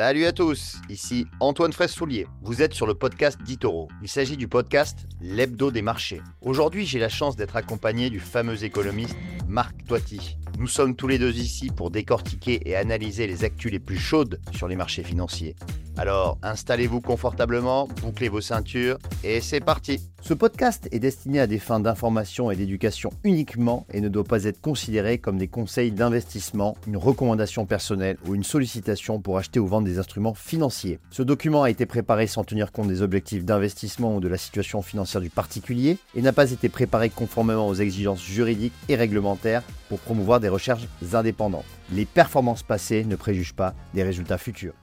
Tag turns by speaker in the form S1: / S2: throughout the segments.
S1: Salut à tous, ici Antoine Fraisse-Soulier. Vous êtes sur le podcast d'Itoro. Il s'agit du podcast L'Hebdo des marchés. Aujourd'hui, j'ai la chance d'être accompagné du fameux économiste Marc Toiti. Nous sommes tous les deux ici pour décortiquer et analyser les actus les plus chaudes sur les marchés financiers. Alors, installez-vous confortablement, bouclez vos ceintures et c'est parti. Ce podcast est destiné à des fins d'information et d'éducation uniquement et ne doit pas être considéré comme des conseils d'investissement, une recommandation personnelle ou une sollicitation pour acheter ou vendre des instruments financiers. Ce document a été préparé sans tenir compte des objectifs d'investissement ou de la situation financière du particulier et n'a pas été préparé conformément aux exigences juridiques et réglementaires pour promouvoir des recherches indépendantes. Les performances passées ne préjugent pas des résultats futurs.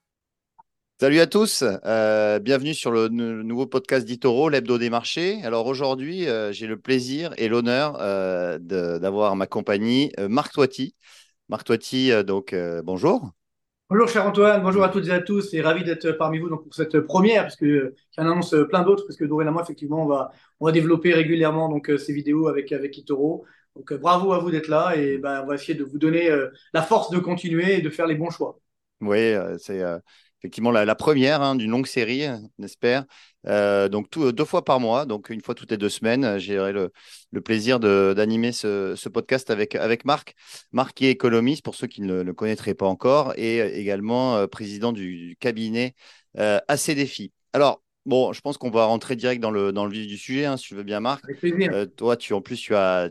S1: Salut à tous, bienvenue sur le nouveau podcast d'Itoro, l'Hebdo des marchés. Alors aujourd'hui, j'ai le plaisir et l'honneur d'avoir ma compagnie Marc Toiti. Marc Toiti, bonjour.
S2: Bonjour cher Antoine, bonjour à toutes et à tous et ravi d'être parmi vous donc, pour cette première parce que j'en annonce plein d'autres parce que dorénavant effectivement on va développer régulièrement ces vidéos avec Itoro. Donc bravo à vous d'être là et on va essayer de vous donner la force de continuer et de faire les bons choix.
S1: Oui, c'est effectivement la première d'une longue série, on espère. Donc deux fois par mois, donc une fois toutes les 2 semaines, j'aurai le plaisir d'animer ce podcast avec Marc. Marc qui est économiste, pour ceux qui ne le connaîtraient pas encore, et également président du cabinet AC Défi. Alors, bon, je pense qu'on va rentrer direct dans le vif du sujet, si tu veux bien, Marc.
S2: Avec plaisir.
S1: Toi, en plus,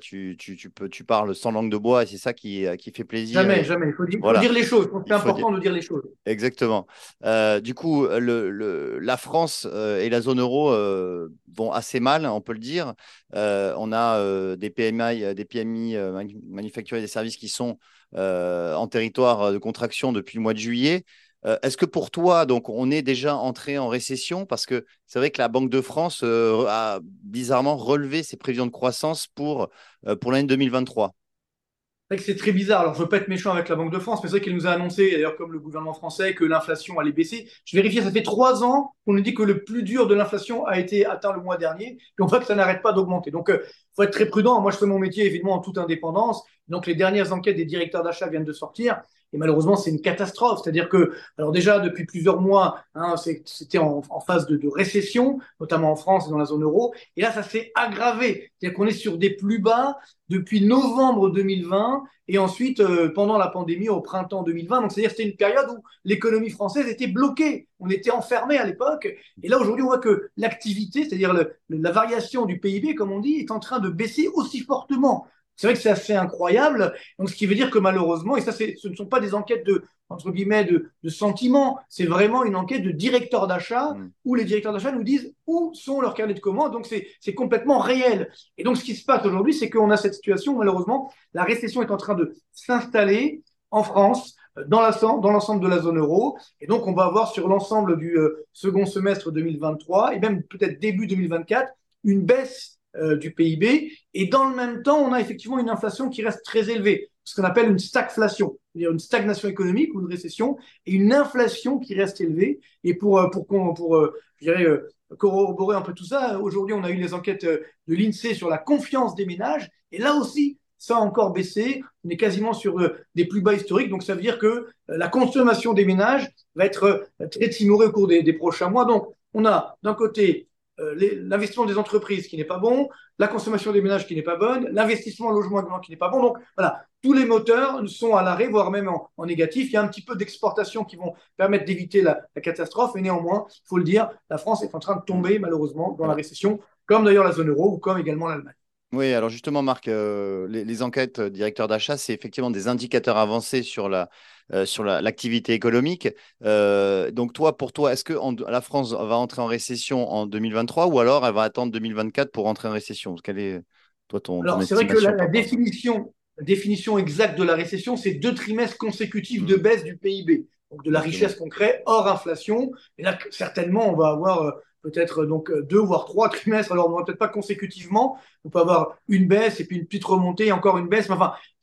S1: tu parles sans langue de bois et c'est ça qui fait plaisir.
S2: Jamais,
S1: Et
S2: jamais. Faut
S1: voilà,
S2: dire les choses. Je pense que c'est
S1: il faut dire.
S2: important de dire les choses.
S1: Exactement. Du coup, la France et la zone euro vont assez mal, on peut le dire. On a des PMI manufacturiers et des services qui sont en territoire de contraction depuis le mois de juillet. Est-ce que pour toi, donc, on est déjà entré en récession? Parce que c'est vrai que la Banque de France a bizarrement relevé ses prévisions de croissance pour l'année 2023.
S2: C'est vrai que c'est très bizarre. Alors, je veux pas être méchant avec la Banque de France, mais c'est vrai qu'elle nous a annoncé, d'ailleurs comme le gouvernement français, que l'inflation allait baisser. Je vérifie, ça fait 3 ans qu'on nous dit que le plus dur de l'inflation a été atteint le mois dernier, et on voit que ça n'arrête pas d'augmenter. Donc, faut être très prudent. Moi, je fais mon métier évidemment en toute indépendance. Donc, les dernières enquêtes des directeurs d'achat viennent de sortir. Et malheureusement, c'est une catastrophe. C'est-à-dire que, alors déjà, depuis plusieurs mois, c'était en phase de récession, notamment en France et dans la zone euro. Et là, ça s'est aggravé. C'est-à-dire qu'on est sur des plus bas depuis novembre 2020 et ensuite pendant la pandémie au printemps 2020. Donc, c'est-à-dire que c'était une période où l'économie française était bloquée. On était enfermé à l'époque. Et là, aujourd'hui, on voit que l'activité, c'est-à-dire la variation du PIB, comme on dit, est en train de baisser aussi fortement. C'est vrai que c'est assez incroyable. Donc, ce qui veut dire que malheureusement, et ça, ce ne sont pas des enquêtes entre guillemets, de sentiments, c'est vraiment une enquête de directeurs d'achat
S1: Hmm.
S2: où les directeurs d'achat nous disent où sont leurs carnets de commandes. Donc, c'est complètement réel. Et donc, ce qui se passe aujourd'hui, c'est qu'on a cette situation où malheureusement, la récession est en train de s'installer en France, dans l'ensemble de la zone euro. Et donc, on va avoir sur l'ensemble du second semestre 2023 et même peut-être début 2024 une baisse du PIB. Et dans le même temps, on a effectivement une inflation qui reste très élevée, ce qu'on appelle une stagflation, c'est-à-dire une stagnation économique ou une récession, et une inflation qui reste élevée. Et je dirais, corroborer un peu tout ça, aujourd'hui, on a eu les enquêtes de l'INSEE sur la confiance des ménages. Et là aussi, ça a encore baissé. On est quasiment sur des plus bas historiques. Donc, ça veut dire que la consommation des ménages va être très timorée au cours des prochains mois. Donc, on a d'un côté l'investissement des entreprises qui n'est pas bon, la consommation des ménages qui n'est pas bonne, l'investissement en logement qui n'est pas bon. Donc voilà, tous les moteurs sont à l'arrêt, voire même en négatif. Il y a un petit peu d'exportation qui vont permettre d'éviter la catastrophe. Et néanmoins, il faut le dire, la France est en train de
S1: Hmm.
S2: tomber malheureusement dans la
S1: Alors,
S2: récession, comme d'ailleurs la zone euro ou comme également l'Allemagne.
S1: oui, alors justement, Marc, les enquêtes directeurs d'achat, c'est effectivement des indicateurs avancés l'activité économique. Donc, pour toi, est-ce que la France va entrer en récession en 2023 ou alors elle va attendre 2024 pour entrer en récession? Quelle est, toi, ton
S2: Alors, c'est vrai que
S1: estimation
S2: la,
S1: par
S2: la
S1: rapport à ça?
S2: définition exacte de la récession, c'est 2 trimestres consécutifs de
S1: Hmm.
S2: baisse du PIB, donc de la richesse
S1: Exactement.
S2: qu'on crée hors inflation. Et là, certainement, on va avoir peut-être 2 voire 3 trimestres. Alors, on ne va peut-être pas consécutivement. On peut avoir une baisse et puis une petite remontée et encore une baisse. Mais enfin,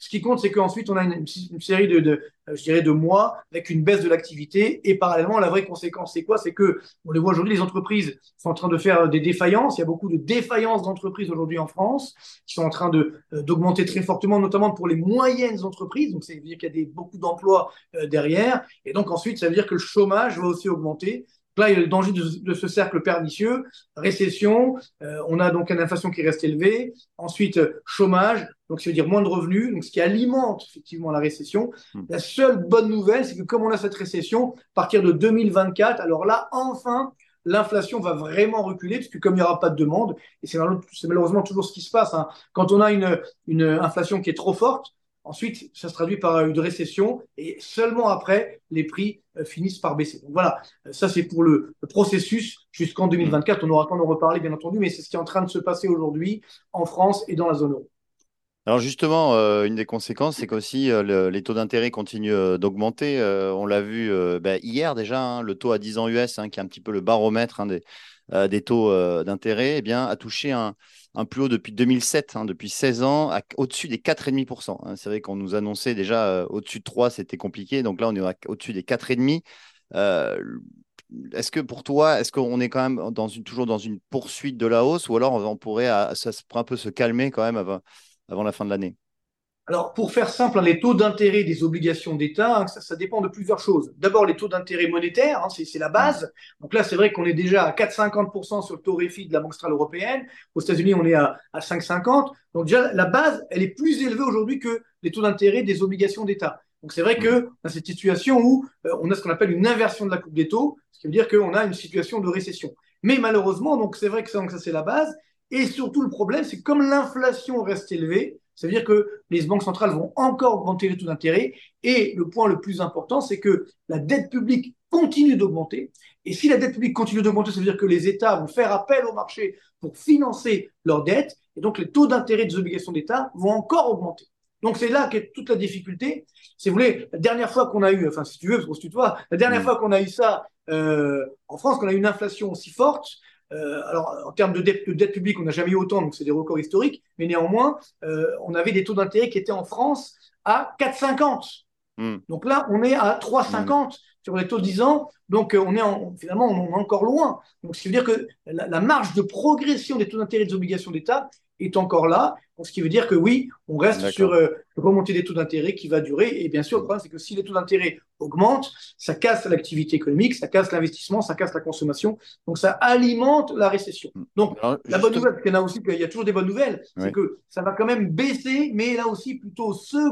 S2: Ce qui compte, c'est qu'ensuite, on a une série je dirais, de mois avec une baisse de l'activité. Et parallèlement, la vraie conséquence, c'est quoi? C'est que, on le voit aujourd'hui, les entreprises sont en train de faire des défaillances. Il y a beaucoup de défaillances d'entreprises aujourd'hui en France qui sont en train d'augmenter très fortement, notamment pour les moyennes entreprises. Donc, ça veut dire qu'il y a beaucoup d'emplois derrière. Et donc, ensuite, ça veut dire que le chômage va aussi augmenter. Là, il y a le danger de ce cercle pernicieux, récession, on a donc une inflation qui reste élevée, ensuite chômage, donc ça veut dire moins de revenus, donc ce qui alimente effectivement la récession. La seule bonne nouvelle, c'est que comme on a cette récession, à partir de 2024, alors là, enfin, l'inflation va vraiment reculer, puisque comme il n'y aura pas de demande, et c'est malheureusement toujours ce qui se passe, hein. Quand on a une inflation qui est trop forte, ensuite, ça se traduit par une récession et seulement après, les prix finissent par baisser. Donc voilà, ça c'est pour le processus jusqu'en 2024. On aura quand on en reparler, bien entendu, mais c'est ce qui est en train de se passer aujourd'hui en France et dans la zone euro.
S1: Alors justement, une des conséquences, c'est qu'aussi les taux d'intérêt continuent d'augmenter. On l'a vu hier déjà, hein, le taux à 10 ans US, hein, qui est un petit peu le baromètre des taux d'intérêt, eh bien, a touché un plus haut depuis 2007, hein, depuis 16 ans, au-dessus des 4,5%, hein. C'est vrai qu'on nous annonçait déjà au-dessus de 3, c'était compliqué. Donc là, on est au-dessus des 4,5%. Euh, Est-ce que pour toi, est-ce qu'on est quand même toujours dans une poursuite de la hausse ou alors on pourrait un peu se calmer quand même avant la fin de l'année?
S2: Alors, pour faire simple, hein, les taux d'intérêt des obligations d'État, hein, ça dépend de plusieurs choses. D'abord, les taux d'intérêt monétaires, hein, c'est la
S1: Mm.
S2: base. Donc là, c'est vrai qu'on est déjà à 4,50% sur le taux réfi de la Banque centrale européenne. Aux États-Unis, on est à 5,50. Donc déjà, la base, elle est plus élevée aujourd'hui que les taux d'intérêt des obligations d'État. Donc c'est vrai
S1: Mm.
S2: qu'on a cette situation où on a ce qu'on appelle une inversion de la courbe des taux, ce qui veut dire qu'on a une situation de récession. Mais malheureusement, donc c'est vrai que ça c'est la base. Et surtout, le problème, c'est que comme l'inflation reste élevée, ça veut dire que les banques centrales vont encore augmenter les taux d'intérêt. Et le point le plus important, c'est que la dette publique continue d'augmenter. Et si la dette publique continue d'augmenter, ça veut dire que les États vont faire appel au marché pour financer leurs dettes. Et donc, les taux d'intérêt des obligations d'État vont encore augmenter. Donc, c'est là qu'est toute la difficulté. Si vous voulez, la dernière fois qu'on a eu, enfin, si tu veux, parce qu'on se tutoie, la dernière
S1: Mm.
S2: fois qu'on a eu ça en France, qu'on a eu une inflation aussi forte, alors, en termes de dette publique, on n'a jamais eu autant, donc c'est des records historiques, mais néanmoins, on avait des taux d'intérêt qui étaient en France à 4,50.
S1: Mm.
S2: Donc là, on est à
S1: Mm.
S2: 3,50 sur les taux de 10 ans. Donc finalement, on est encore loin. Donc ce qui veut dire que la marge de progression des taux d'intérêt des obligations d'État est encore là. Donc, ce qui veut dire que oui, on reste sur
S1: D'accord.
S2: une remontée des taux d'intérêt qui va durer. Et bien sûr, le problème, c'est que si les taux d'intérêt augmentent, ça casse l'activité économique, ça casse l'investissement, ça casse la consommation. Donc ça alimente la récession.
S1: Mm.
S2: Donc
S1: Alors,
S2: la bonne
S1: juste,
S2: nouvelle, il y en a aussi, il y a toujours des bonnes nouvelles, c'est
S1: oui.
S2: que ça va quand même baisser, mais là aussi plutôt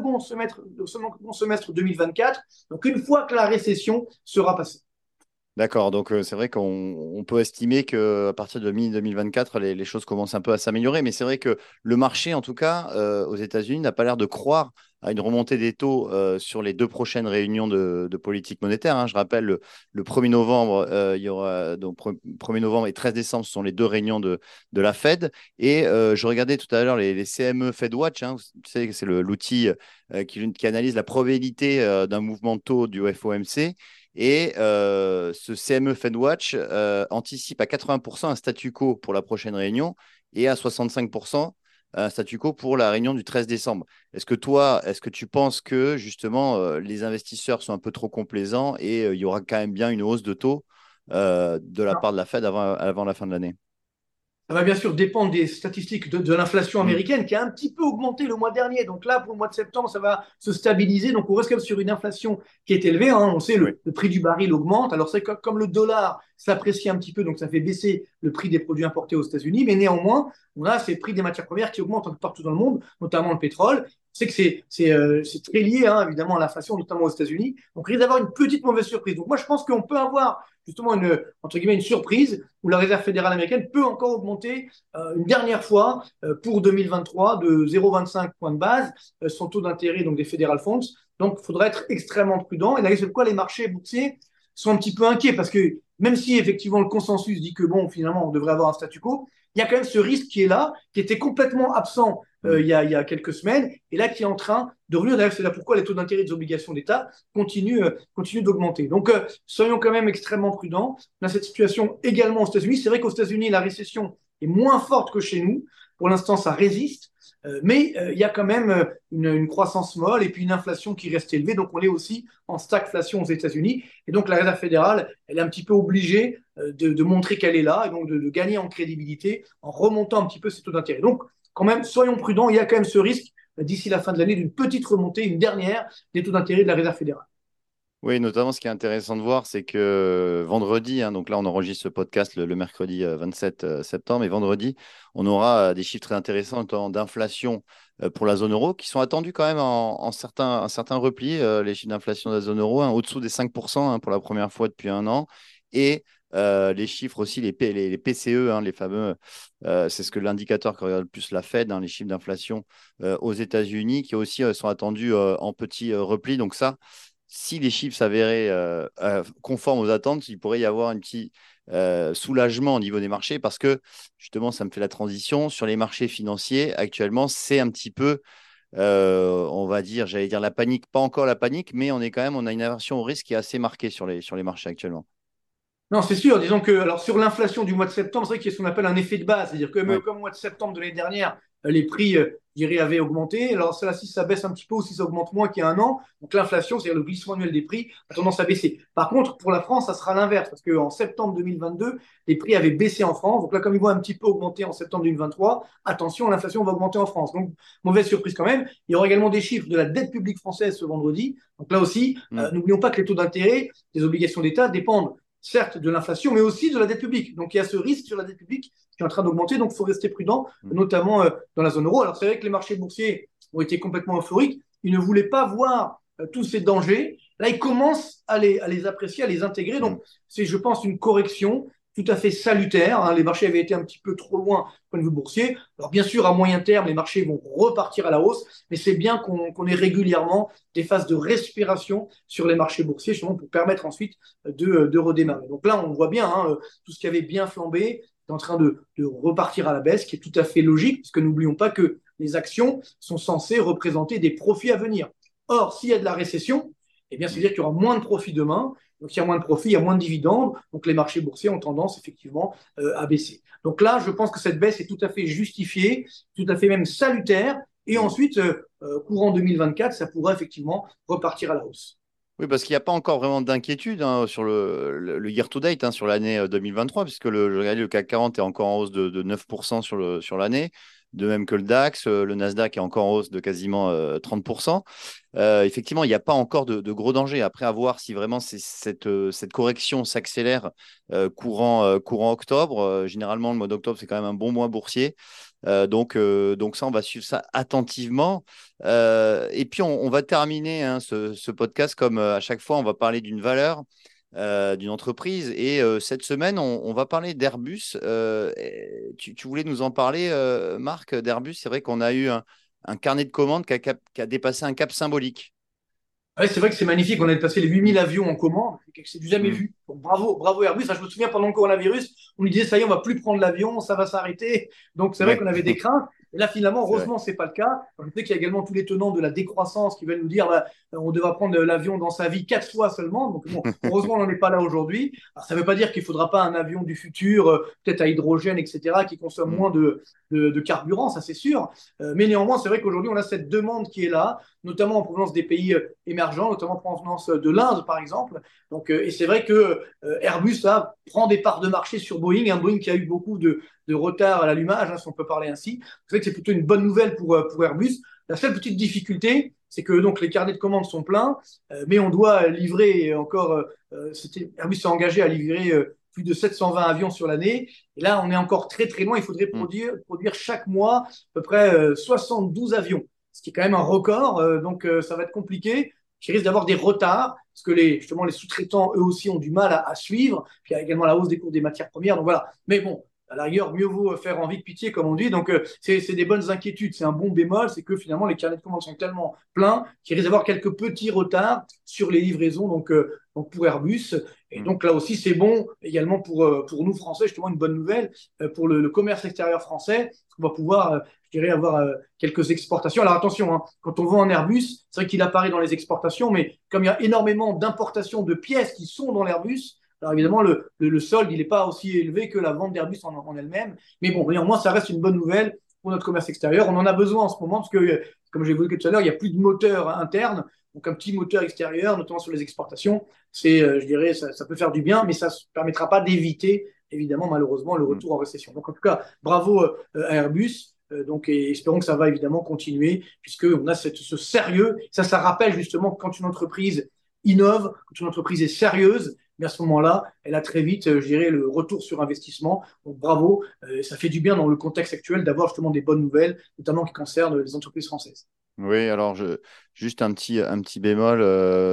S2: au second semestre 2024. Donc une fois que la récession sera passée.
S1: D'accord, donc c'est vrai qu'on peut estimer qu'à partir de mi-2024, les choses commencent un peu à s'améliorer, mais c'est vrai que le marché, en tout cas, aux États-Unis, n'a pas l'air de croire à une remontée des taux sur les deux prochaines réunions de politique monétaire, hein. Je rappelle, le 1er novembre, il y aura donc 1er novembre et 13 décembre, ce sont les deux réunions de la Fed. Et je regardais tout à l'heure les CME FedWatch, hein, tu sais, c'est l'outil qui analyse la probabilité d'un mouvement de taux du FOMC. Et ce CME FedWatch anticipe à 80% un statu quo pour la prochaine réunion et à 65% un statu quo pour la réunion du 13 décembre. Est-ce que tu penses que justement les investisseurs sont un peu trop complaisants et il y aura quand même bien une hausse de taux de la part de la Fed avant la fin de l'année?
S2: Ça va bien sûr dépendre des statistiques de l'inflation
S1: Mm.
S2: américaine qui a un petit peu augmenté le mois dernier. Donc là, pour le mois de septembre, ça va se stabiliser. Donc on reste quand même sur une inflation qui est élevée, hein. On sait
S1: Oui.
S2: le prix du baril augmente. Alors c'est comme le dollar s'apprécie un petit peu, donc ça fait baisser le prix des produits importés aux États-Unis. Mais néanmoins, on a ces prix des matières premières qui augmentent un peu partout dans le monde, notamment le pétrole. C'est que c'est très lié, hein, évidemment, à l'inflation, notamment aux États-Unis. Donc, il risque d'avoir une petite mauvaise surprise. Donc, moi, je pense qu'on peut avoir justement entre guillemets, une surprise où la Réserve fédérale américaine peut encore augmenter une dernière fois pour 2023 de 0,25 points de base son taux d'intérêt donc des Federal Funds. Donc, il faudra être extrêmement prudent. Et là, c'est pourquoi les marchés boursiers sont un petit peu inquiets parce que même si effectivement le consensus dit que bon, finalement, on devrait avoir un statu quo, il y a quand même ce risque qui est là, qui était complètement absent
S1: Mm.
S2: il y a quelques semaines, et là qui est en train de revenir. D'ailleurs, c'est là pourquoi les taux d'intérêt des obligations d'État continuent d'augmenter. Donc, soyons quand même extrêmement prudents. On a cette situation également aux États-Unis. C'est vrai qu'aux États-Unis, la récession est moins forte que chez nous. Pour l'instant, ça résiste. Mais il y a quand même une croissance molle et puis une inflation qui reste élevée. Donc on est aussi en stagflation aux États-Unis. Et donc la Réserve fédérale, elle est un petit peu obligée de montrer qu'elle est là et donc de gagner en crédibilité en remontant un petit peu ses taux d'intérêt. Donc quand même, soyons prudents, il y a quand même ce risque d'ici la fin de l'année d'une petite remontée, une dernière des taux d'intérêt de la Réserve fédérale.
S1: Oui, notamment ce qui est intéressant de voir, c'est que vendredi, donc là on enregistre ce podcast le mercredi 27 septembre, et vendredi, on aura des chiffres très intéressants notamment d'inflation pour la zone euro, qui sont attendus quand même un certain repli, les chiffres d'inflation de la zone euro, au-dessous des 5% pour la première fois depuis un an, et les chiffres aussi, les PCE, les fameux, c'est ce que l'indicateur que regarde le plus la Fed, les chiffres d'inflation aux États-Unis, qui aussi sont attendus en petit repli. Donc ça, si les chiffres s'avéraient conformes aux attentes, il pourrait y avoir un petit soulagement au niveau des marchés parce que justement, ça me fait la transition sur les marchés financiers. Actuellement, c'est un petit peu, on va dire, j'allais dire la panique, pas encore la panique, mais on a une aversion au risque qui est assez marquée sur les marchés actuellement.
S2: Non, c'est sûr. Disons que, alors sur l'inflation du mois de septembre, c'est vrai qu'il y a ce qu'on appelle un effet de base. C'est-à-dire que
S1: Oui,
S2: comme au mois de septembre de l'année dernière, les prix, je dirais, avaient augmenté. Alors, cela, si ça baisse un petit peu ou si ça augmente moins qu'il y a un an, donc l'inflation, c'est-à-dire le glissement annuel des prix, a tendance à baisser. Par contre, pour la France, ça sera l'inverse. Parce qu'en septembre 2022, les prix avaient baissé en France. Donc là, comme ils vont un petit peu augmenter en septembre 2023, attention, l'inflation va augmenter en France. Donc, mauvaise surprise quand même. Il y aura également des chiffres de la dette publique française ce vendredi. Donc là aussi,
S1: mm,
S2: n'oublions pas que les taux d'intérêt des obligations d'État dépendent certes de l'inflation, mais aussi de la dette publique. Donc il y a ce risque sur la dette publique qui est en train d'augmenter, donc il faut rester prudent,
S1: mm,
S2: notamment dans la zone euro. Alors c'est vrai que les marchés boursiers ont été complètement euphoriques, ils ne voulaient pas voir tous ces dangers. Là, ils commencent à les apprécier, à les intégrer.
S1: mm.
S2: Donc c'est, je pense, une correction tout à fait salutaire. Hein. Les marchés avaient été un petit peu trop loin du point de vue boursier. Alors bien sûr, à moyen terme, les marchés vont repartir à la hausse, mais c'est bien qu'on ait régulièrement des phases de respiration sur les marchés boursiers, justement pour permettre ensuite de redémarrer. Donc là, on voit bien, hein, tout ce qui avait bien flambé est en train de repartir à la baisse, qui est tout à fait logique, parce que n'oublions pas que les actions sont censées représenter des profits à venir. Or, s'il y a de la récession, eh bien, c'est-à-dire qu'il y aura moins de profits demain. Donc, s'il y a moins de profits, il y a moins de dividendes. Donc, les marchés boursiers ont tendance effectivement à baisser. Donc là, je pense que cette baisse est tout à fait justifiée, tout à fait même salutaire. Et
S1: Mm.
S2: ensuite, courant 2024, ça pourra effectivement repartir à la hausse.
S1: Oui, parce qu'il n'y a pas encore vraiment d'inquiétude sur le year-to-date, sur l'année 2023, puisque le CAC 40 est encore en hausse de 9% sur l'année, de même que le DAX, le Nasdaq est encore en hausse de quasiment 30%. Effectivement, il n'y a pas encore de gros dangers. Après, à voir si vraiment cette correction s'accélère courant octobre. Généralement, le mois d'octobre, c'est quand même un bon mois boursier. Donc ça, on va suivre ça attentivement. Et puis, on va terminer ce podcast comme à chaque fois, on va parler d'une valeur, d'une entreprise. Et cette semaine, on va parler d'Airbus. Tu voulais nous en parler, Marc, d'Airbus. C'est vrai qu'on a eu un carnet de commandes qui a dépassé un cap symbolique.
S2: Ouais, c'est vrai que c'est magnifique. On a passé les 8000
S1: Mm,
S2: avions en commande. C'est du jamais
S1: mm,
S2: vu. Donc, bravo, bravo Airbus. Ah, je me souviens pendant le coronavirus, on nous disait ça y est, on va plus prendre l'avion, ça va s'arrêter. Donc c'est vrai
S1: ouais,
S2: qu'on avait des craintes. Et là, finalement,
S1: c'est vrai.
S2: heureusement, c'est pas le cas. Alors, je sais qu'il y a également tous les tenants de la décroissance qui veulent nous dire bah, on devra prendre l'avion dans sa vie 4 fois seulement. Donc bon, heureusement, on n'en est pas là aujourd'hui. Alors ça ne veut pas dire qu'il ne faudra pas un avion du futur, peut-être à hydrogène, etc., qui consomme
S1: Mm,
S2: moins de carburant, ça c'est sûr. Mais néanmoins, c'est vrai qu'aujourd'hui, on a cette demande qui est là, notamment en provenance des pays émergents, notamment en provenance de l'Inde, par exemple. Donc, et c'est vrai que Airbus là, prend des parts de marché sur Boeing, un Boeing qui a eu beaucoup de retard à l'allumage, hein, si on peut parler ainsi. C'est vrai que c'est plutôt une bonne nouvelle pour Airbus. La seule petite difficulté, c'est que donc les carnets de commandes sont pleins, mais on doit livrer encore. Airbus s'est engagé à livrer plus de 720 avions sur l'année. Et là, on est encore très très loin. Il faudrait
S1: mm.
S2: produire chaque mois à peu près 72 avions, ce qui est quand même un record. Donc, ça va être compliqué. Qui risque d'avoir des retards parce que justement les sous-traitants eux aussi ont du mal à suivre. Puis il y a également la hausse des cours des matières premières. Donc voilà. Mais bon, à la rigueur, mieux vaut faire envie que pitié, comme on dit. Donc c'est des bonnes inquiétudes. C'est un bon bémol, c'est que finalement les carnets de commandes sont tellement pleins qu'il risque d'avoir quelques petits retards sur les livraisons. Donc pour Airbus. Et
S1: Mm.
S2: donc là aussi, c'est bon également pour nous Français, justement une bonne nouvelle pour le commerce extérieur français. On va pouvoir, je dirais, avoir quelques exportations. Alors attention, hein, quand on vend un Airbus, c'est vrai qu'il apparaît dans les exportations, mais comme il y a énormément d'importations de pièces qui sont dans l'Airbus, alors
S1: Mm.
S2: évidemment, le solde, il n'est pas aussi élevé que la vente d'Airbus en elle-même. Mais bon, néanmoins, ça reste une bonne nouvelle pour notre commerce extérieur. On en a besoin en ce moment parce que, comme j'ai évoqué tout à l'heure, il n'y a plus de moteur interne. Donc, un petit moteur extérieur, notamment sur les exportations, je dirais, ça peut faire du bien, mais ça ne permettra pas d'éviter, évidemment, malheureusement, le retour en récession. Donc, en tout cas, bravo à Airbus. Donc, et espérons que ça va évidemment continuer, puisqu'on a ce sérieux. Ça rappelle justement que quand une entreprise innove, quand une entreprise est sérieuse, mais à ce moment-là, elle a très vite, je dirais, le retour sur investissement. Donc, bravo. Ça fait du bien dans le contexte actuel d'avoir justement des bonnes nouvelles, notamment qui concernent les entreprises françaises.
S1: Oui, alors juste un petit bémol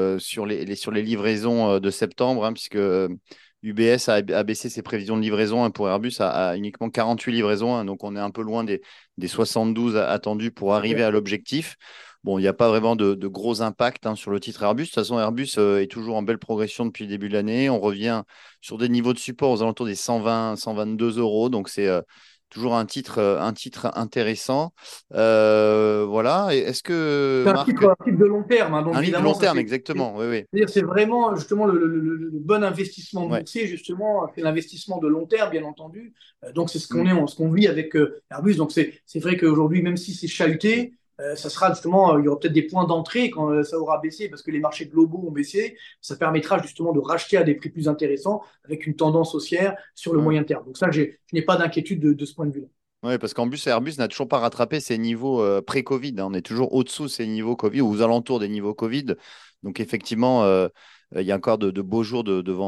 S1: sur les livraisons de septembre, hein, puisque UBS a baissé ses prévisions de livraison, hein, pour Airbus à uniquement 48 livraisons, hein, donc on est un peu loin des 72 attendus pour arriver à l'objectif. Bon, il n'y a pas vraiment de gros impacts, hein, sur le titre Airbus. De toute façon, Airbus est toujours en belle progression depuis le début de l'année. On revient sur des niveaux de support aux alentours des 120, 122 euros, donc c'est toujours un titre intéressant. Voilà. Et est-ce que
S2: C'est
S1: Marc,
S2: un titre de long terme, hein, donc
S1: un livre de
S2: évidemment,
S1: long terme, exactement. Oui, oui.
S2: c'est-à-dire c'est vraiment justement le bon investissement
S1: Ouais.
S2: boursier, justement, c'est l'investissement de long terme, bien entendu. Donc c'est
S1: Mm.
S2: ce qu'on vit avec Airbus. Donc c'est vrai qu'aujourd'hui, même si c'est chahuté, ça sera justement, il y aura peut-être des points d'entrée quand ça aura baissé, parce que les marchés globaux ont baissé. Ça permettra justement de racheter à des prix plus intéressants avec une tendance haussière sur le
S1: Ouais.
S2: moyen terme. Donc ça, je n'ai pas d'inquiétude de ce point de vue-là.
S1: Ouais, parce qu'en plus, Airbus n'a toujours pas rattrapé ses niveaux pré-Covid, hein. On est toujours au-dessous de ses niveaux Covid ou aux alentours des niveaux Covid. Donc, effectivement, il y a encore de beaux jours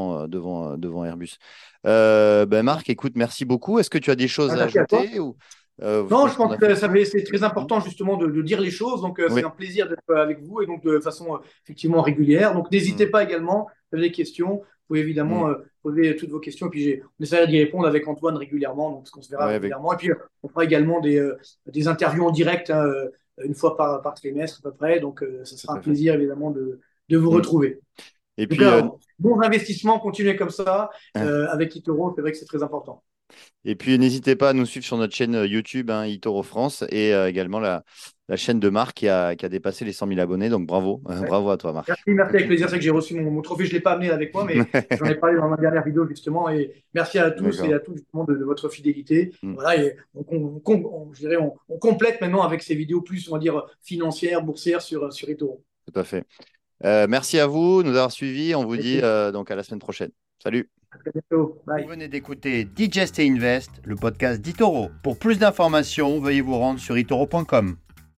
S1: devant Airbus. Ben Marc, écoute, merci beaucoup. Est-ce que tu as des choses à
S2: Merci à toi.
S1: ajouter ou je
S2: Non,
S1: pense
S2: je
S1: qu'on
S2: pense
S1: a fait
S2: que
S1: le tour?
S2: c'est très important justement de dire les choses. Donc, c'est
S1: Oui.
S2: un plaisir d'être avec vous et donc de façon effectivement régulière. Donc, n'hésitez
S1: Mm.
S2: pas également, si vous avez des questions, vous pouvez évidemment
S1: Mm.
S2: poser toutes vos questions. Et puis, on essaiera d'y répondre avec Antoine régulièrement. Donc, on se verra
S1: Ouais,
S2: régulièrement. Et puis, on fera également des interviews en direct, hein, une fois par trimestre à peu près. Donc, ça
S1: tout
S2: sera un
S1: à fait.
S2: plaisir évidemment de vous
S1: Mm.
S2: retrouver.
S1: Et
S2: En tout
S1: puis,
S2: cas, bons investissements, continuez comme ça
S1: hein.
S2: avec Itoro. C'est vrai que c'est très important.
S1: Et puis, n'hésitez pas à nous suivre sur notre chaîne YouTube, hein, eToro France, et également la chaîne de Marc qui a dépassé les 100 000 abonnés. Donc, bravo.
S2: Ouais.
S1: Bravo à toi, Marc.
S2: Merci avec plaisir. C'est que j'ai reçu mon trophée. Je ne l'ai pas amené avec moi, mais j'en ai parlé dans ma dernière vidéo, justement. Et merci à tous et
S1: D'accord.
S2: à tous, justement, de votre fidélité.
S1: Mm.
S2: Voilà, et je dirais, on complète maintenant avec ces vidéos plus, on va dire, financières, boursières sur eToro.
S1: Tout à fait. Merci à vous de nous avoir suivis. On vous
S2: Et
S1: dit
S2: puis,
S1: donc à la semaine prochaine. Salut.
S2: à très bientôt.
S1: Vous
S2: Bye.
S1: venez d'écouter Digest et Invest, le podcast d'Itoro. Pour plus d'informations, veuillez vous rendre sur itoro.com.